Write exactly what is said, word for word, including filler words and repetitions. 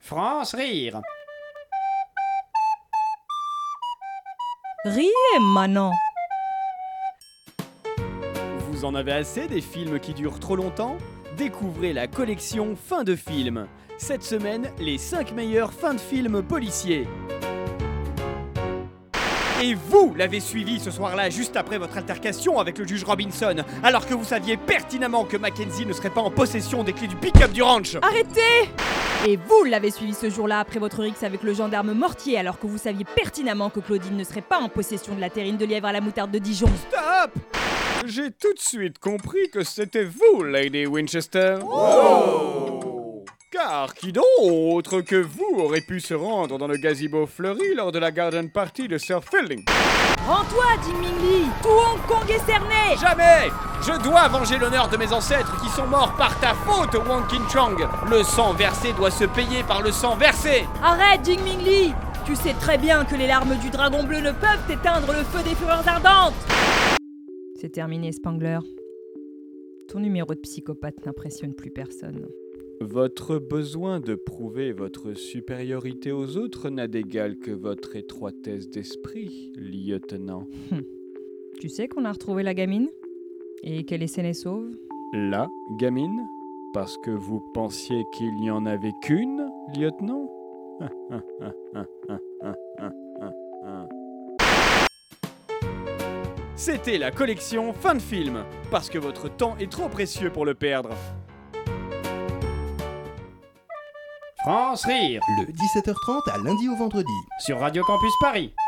France Rire. Riez maintenant. Vous en avez assez des films qui durent trop longtemps ? Découvrez la collection Fin de film. Cette semaine, les cinq meilleures fins de films policiers. Et vous l'avez suivi ce soir-là, juste après votre altercation avec le juge Robinson, alors que vous saviez pertinemment que Mackenzie ne serait pas en possession des clés du pick-up du ranch. Arrêtez! Et vous l'avez suivi ce jour-là après votre rixe avec le gendarme Mortier, alors que vous saviez pertinemment que Claudine ne serait pas en possession de la terrine de lièvre à la moutarde de Dijon. Stop! J'ai tout de suite compris que c'était vous, Lady Winchester. Oh! Car qui d'autre que vous aurait pu se rendre dans le gazebo fleuri lors de la garden party de Sir Fielding? Rends-toi, Jing Ming Li! Tout Hong Kong est cerné! Jamais! Je dois venger l'honneur de mes ancêtres qui sont morts par ta faute, Wang Qinchang. Le sang versé doit se payer par le sang versé. Arrête, Jing Ming Li! Tu sais très bien que les larmes du dragon bleu ne peuvent éteindre le feu des fureurs ardentes! C'est terminé, Spangler. Ton numéro de psychopathe n'impressionne plus personne. Votre besoin de prouver votre supériorité aux autres n'a d'égal que votre étroitesse d'esprit, lieutenant. Tu sais qu'on a retrouvé la gamine? Et qu'elle est saine et sauve? La gamine? Parce que vous pensiez qu'il n'y en avait qu'une, lieutenant? C'était la collection Fin de film, parce que votre temps est trop précieux pour le perdre. France Rire. Le dix-sept heures trente à lundi au vendredi. Sur Radio Campus Paris.